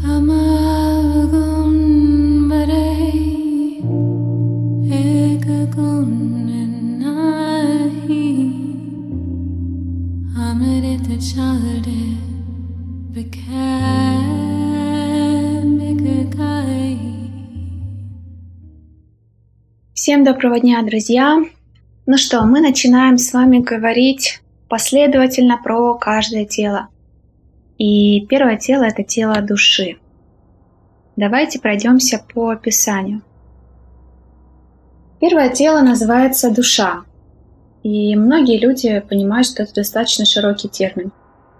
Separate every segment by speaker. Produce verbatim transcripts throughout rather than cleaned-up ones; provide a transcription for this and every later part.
Speaker 1: Всем доброго дня, друзья! Ну что, мы начинаем с вами говорить последовательно про каждое тело. И первое тело – это тело души. Давайте пройдемся по описанию. Первое тело называется душа. И многие люди понимают, что это достаточно широкий термин.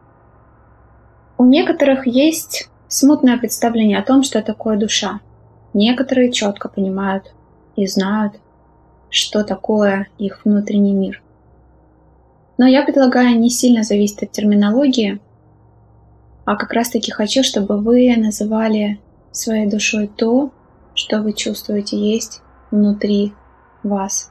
Speaker 1: У некоторых есть смутное представление о том, что такое душа. Некоторые четко понимают и знают, что такое их внутренний мир. Но я предлагаю не сильно зависеть от терминологии, а как раз-таки хочу, чтобы вы называли своей душой то, что вы чувствуете есть внутри вас.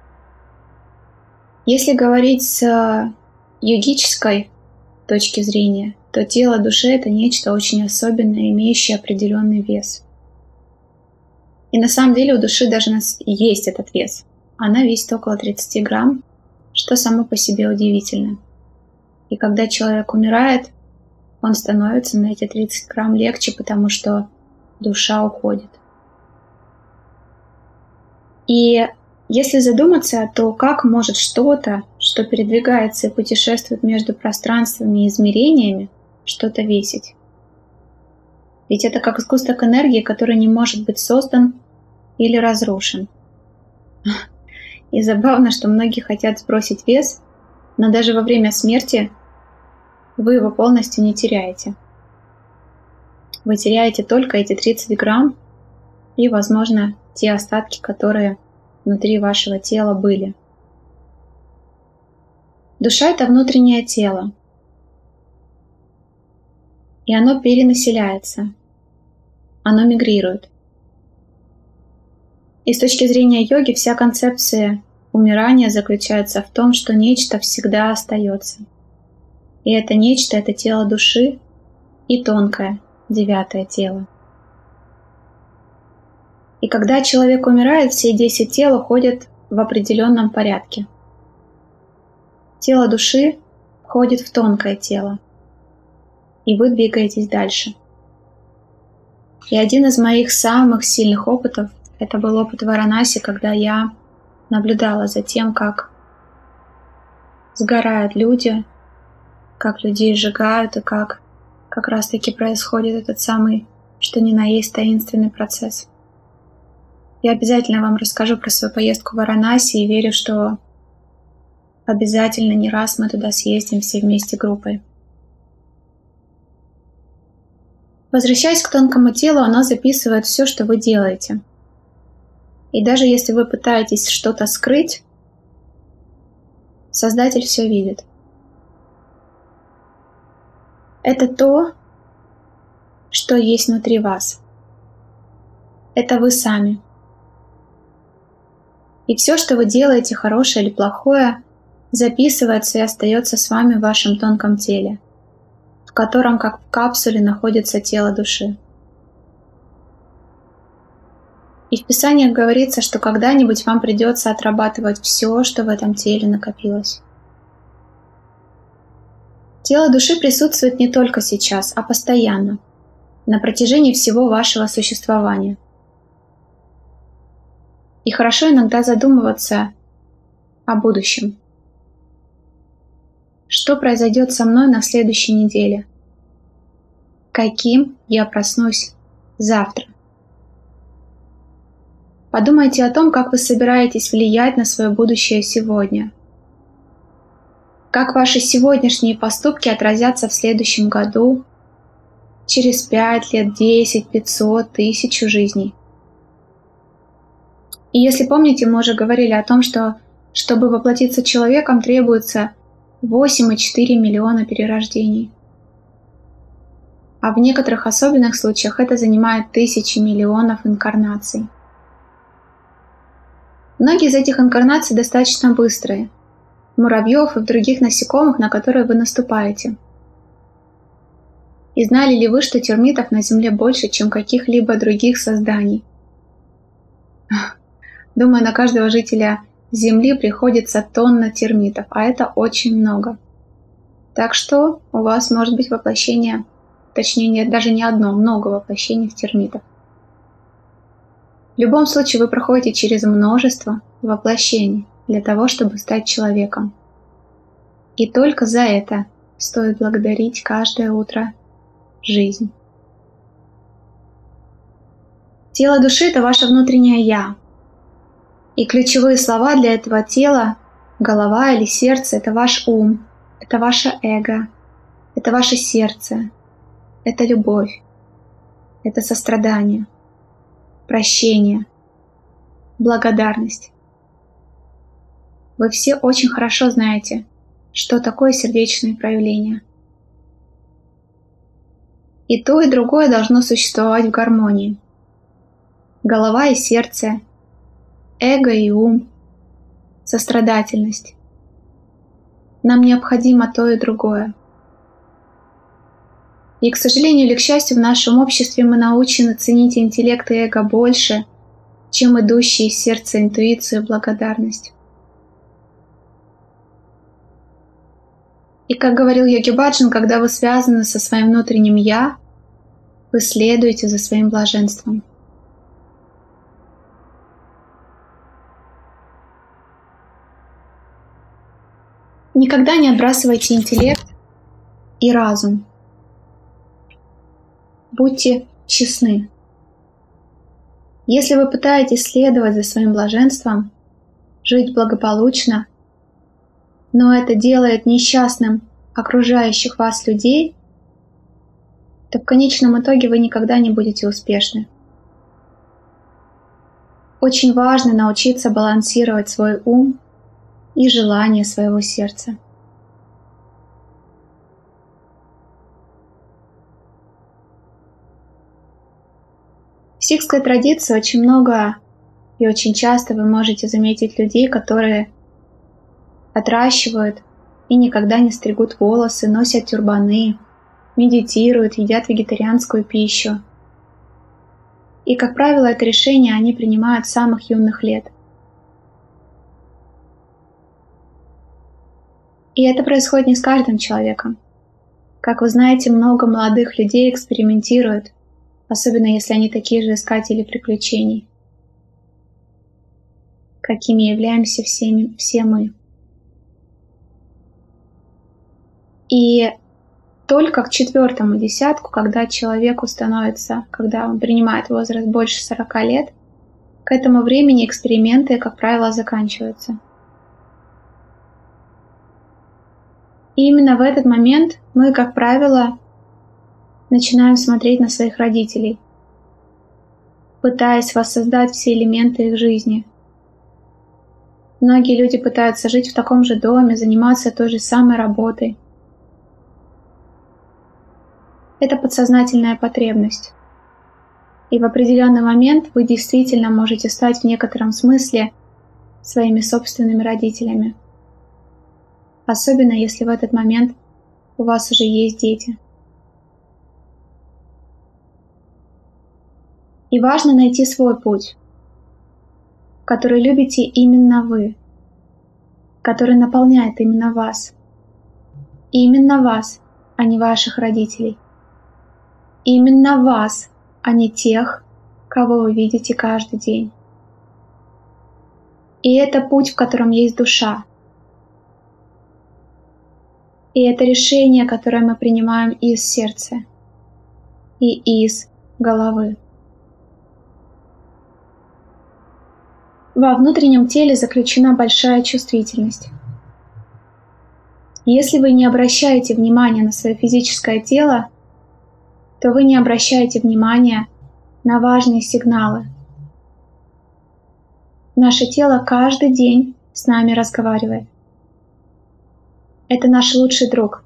Speaker 1: Если говорить с йогической точки зрения, то тело души – это нечто очень особенное, имеющее определенный вес. И на самом деле у души даже есть этот вес. Она весит около тридцать грамм, что само по себе удивительно. И когда человек умирает, он становится на эти тридцать грамм легче, потому что душа уходит. И если задуматься, то как может что-то, что передвигается и путешествует между пространствами и измерениями, что-то весить? Ведь это как сгусток энергии, который не может быть создан или разрушен. И забавно, что многие хотят сбросить вес, но даже во время смерти вы его полностью не теряете. Вы теряете только эти тридцать грамм и, возможно, те остатки, которые внутри вашего тела были. Душа – это внутреннее тело, и оно перенаселяется, оно мигрирует. И с точки зрения йоги вся концепция умирания заключается в том, что нечто всегда остается. И это нечто – это тело души и тонкое, девятое тело. И когда человек умирает, все десять тел уходят в определенном порядке. Тело души входит в тонкое тело, и вы двигаетесь дальше. И один из моих самых сильных опытов – это был опыт в Варанаси, когда я наблюдала за тем, как сгорают люди, как людей сжигают, и как как раз-таки происходит этот самый, что ни на есть, таинственный процесс. Я обязательно вам расскажу про свою поездку в Варанаси и верю, что обязательно не раз мы туда съездим все вместе группой. Возвращаясь к тонкому телу, оно записывает все, что вы делаете. И даже если вы пытаетесь что-то скрыть, Создатель все видит. Это то, что есть внутри вас. Это вы сами. И все, что вы делаете, хорошее или плохое, записывается и остается с вами в вашем тонком теле, в котором, как в капсуле, находится тело души. И в Писаниях говорится, что когда-нибудь вам придется отрабатывать все, что в этом теле накопилось. Тело души присутствует не только сейчас, а постоянно, на протяжении всего вашего существования. И хорошо иногда задумываться о будущем. Что произойдет со мной на следующей неделе? Каким я проснусь завтра? Подумайте о том, как вы собираетесь влиять на свое будущее сегодня. Как ваши сегодняшние поступки отразятся в следующем году, через пять лет, десять, пятьсот, тысячу жизней. И если помните, мы уже говорили о том, что чтобы воплотиться человеком, требуется восемь целых четыре миллиона перерождений. А в некоторых особенных случаях это занимает тысячи миллионов инкарнаций. Многие из этих инкарнаций достаточно быстрые. Муравьев и других насекомых, на которые вы наступаете. И знали ли вы, что термитов на Земле больше, чем каких-либо других созданий? Думаю, на каждого жителя Земли приходится тонна термитов, а это очень много. Так что у вас может быть воплощение, точнее нет, даже не одно, много воплощений в термитов. В любом случае вы проходите через множество воплощений для того, чтобы стать человеком. И только за это стоит благодарить каждое утро жизнь. Тело души – это ваше внутреннее «я». И ключевые слова для этого тела, голова или сердце – это ваш ум, это ваше эго, это ваше сердце, это любовь, это сострадание, прощение, благодарность. Вы все очень хорошо знаете, что такое сердечные проявления. И то, и другое должно существовать в гармонии. Голова и сердце, эго и ум, сострадательность. Нам необходимо то и другое. И, к сожалению или к счастью, в нашем обществе мы научены ценить интеллект и эго больше, чем идущие из сердца интуицию и благодарность. И, как говорил Йоги Баджан, когда вы связаны со своим внутренним «я», вы следуете за своим блаженством. Никогда не отбрасывайте интеллект и разум. Будьте честны. Если вы пытаетесь следовать за своим блаженством, жить благополучно, но это делает несчастным окружающих вас людей, то в конечном итоге вы никогда не будете успешны. Очень важно научиться балансировать свой ум и желания своего сердца. В сикхской традиции очень много и очень часто вы можете заметить людей, которые отращивают и никогда не стригут волосы, носят тюрбаны, медитируют, едят вегетарианскую пищу. И, как правило, это решение они принимают с самых юных лет. И это происходит не с каждым человеком. Как вы знаете, много молодых людей экспериментируют, особенно если они такие же искатели приключений, какими являемся всеми, все мы. И только к четвертому десятку, когда человеку становится, когда он принимает возраст больше сорока лет, к этому времени эксперименты, как правило, заканчиваются. И именно в этот момент мы, как правило, начинаем смотреть на своих родителей, пытаясь воссоздать все элементы их жизни. Многие люди пытаются жить в таком же доме, заниматься той же самой работой. Это подсознательная потребность. И в определенный момент вы действительно можете стать в некотором смысле своими собственными родителями. Особенно если в этот момент у вас уже есть дети. И важно найти свой путь, который любите именно вы, который наполняет именно вас. И именно вас, а не ваших родителей. Именно вас, а не тех, кого вы видите каждый день. И это путь, в котором есть душа. И это решение, которое мы принимаем из сердца и из головы. Во внутреннем теле заключена большая чувствительность. Если вы не обращаете внимания на свое физическое тело, то вы не обращаете внимания на важные сигналы. Наше тело каждый день с нами разговаривает. Это наш лучший друг.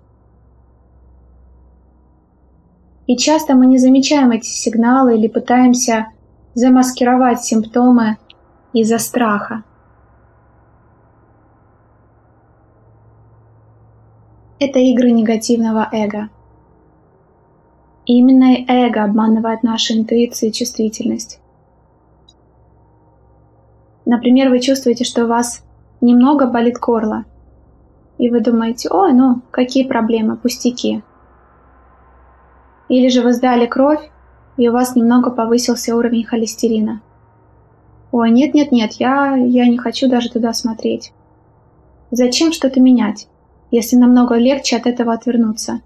Speaker 1: И часто мы не замечаем эти сигналы или пытаемся замаскировать симптомы из-за страха. Это игры негативного эго. Именно эго обманывает нашу интуицию и чувствительность. Например, вы чувствуете, что у вас немного болит горло, и вы думаете: ой, ну какие проблемы, пустяки. Или же вы сдали кровь, и у вас немного повысился уровень холестерина. Ой, нет-нет-нет, я, я не хочу даже туда смотреть. Зачем что-то менять, если намного легче от этого отвернуться?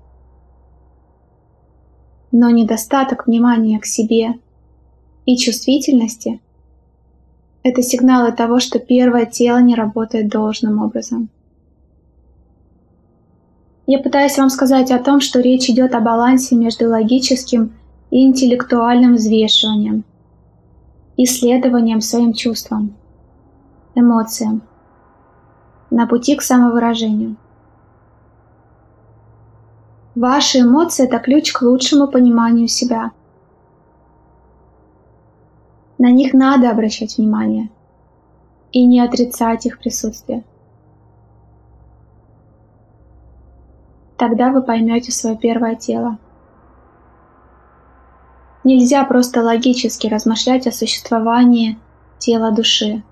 Speaker 1: Но недостаток внимания к себе и чувствительности – это сигналы того, что первое тело не работает должным образом. Я пытаюсь вам сказать о том, что речь идет о балансе между логическим и интеллектуальным взвешиванием, исследованием своим чувствам, эмоциям, на пути к самовыражению. Ваши эмоции – это ключ к лучшему пониманию себя. На них надо обращать внимание и не отрицать их присутствие. Тогда вы поймете свое первое тело. Нельзя просто логически размышлять о существовании тела души.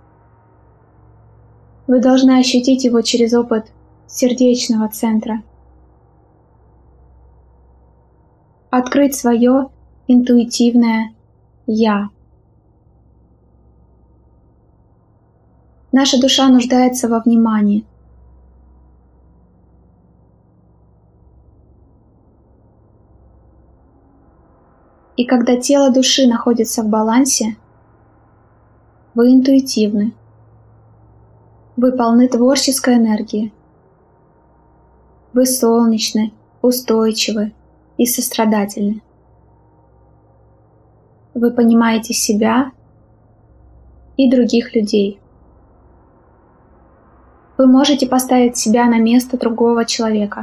Speaker 1: Вы должны ощутить его через опыт сердечного центра. Открыть свое интуитивное «Я». Наша душа нуждается во внимании. И когда тело души находится в балансе, вы интуитивны, вы полны творческой энергии, вы солнечны, устойчивы и сострадательны. Вы понимаете себя и других людей. Вы можете поставить себя на место другого человека.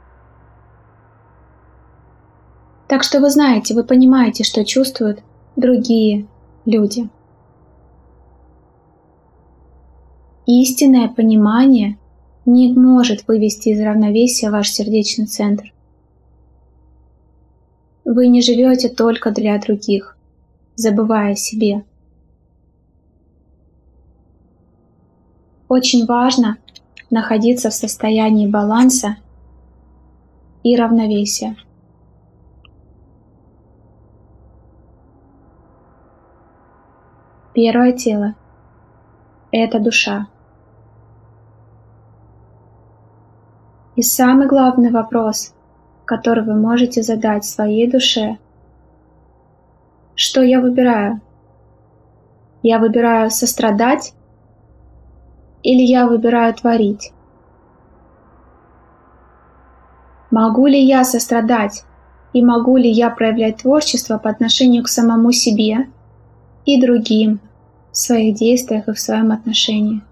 Speaker 1: Так что вы знаете, вы понимаете, что чувствуют другие люди. Истинное понимание не может вывести из равновесия ваш сердечный центр. Вы не живете только для других, забывая о себе. Очень важно находиться в состоянии баланса и равновесия. Первое тело – это душа. И самый главный вопрос, который вы можете задать своей душе – что я выбираю? Я выбираю сострадать или я выбираю творить? Могу ли я сострадать и могу ли я проявлять творчество по отношению к самому себе и другим в своих действиях и в своем отношении?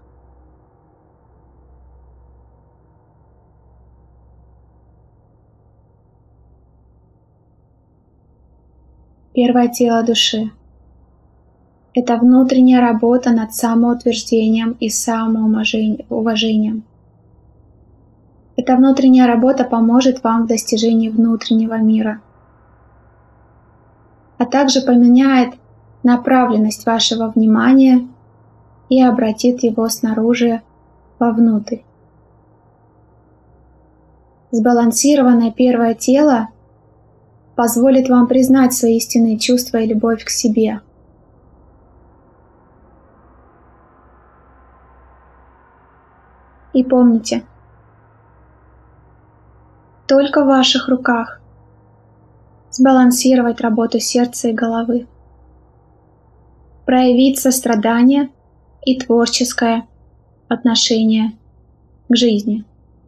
Speaker 1: Первое тело души – это внутренняя работа над самоутверждением и самоуважением. Эта внутренняя работа поможет вам в достижении внутреннего мира, а также поменяет направленность вашего внимания и обратит его снаружи вовнутрь. Сбалансированное первое тело позволит вам признать свои истинные чувства и любовь к себе. И помните, только в ваших руках сбалансировать работу сердца и головы, проявить сострадание и творческое отношение к жизни,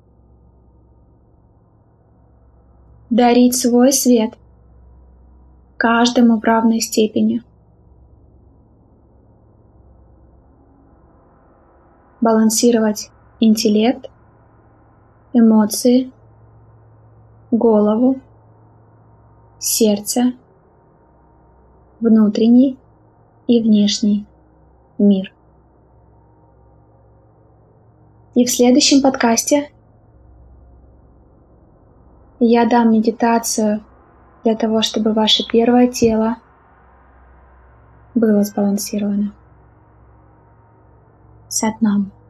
Speaker 1: дарить свой свет каждому в равной степени, балансировать интеллект, эмоции, голову, сердце, внутренний и внешний мир. И в следующем подкасте я дам медитацию для того, чтобы ваше первое тело было сбалансировано. Сатнам.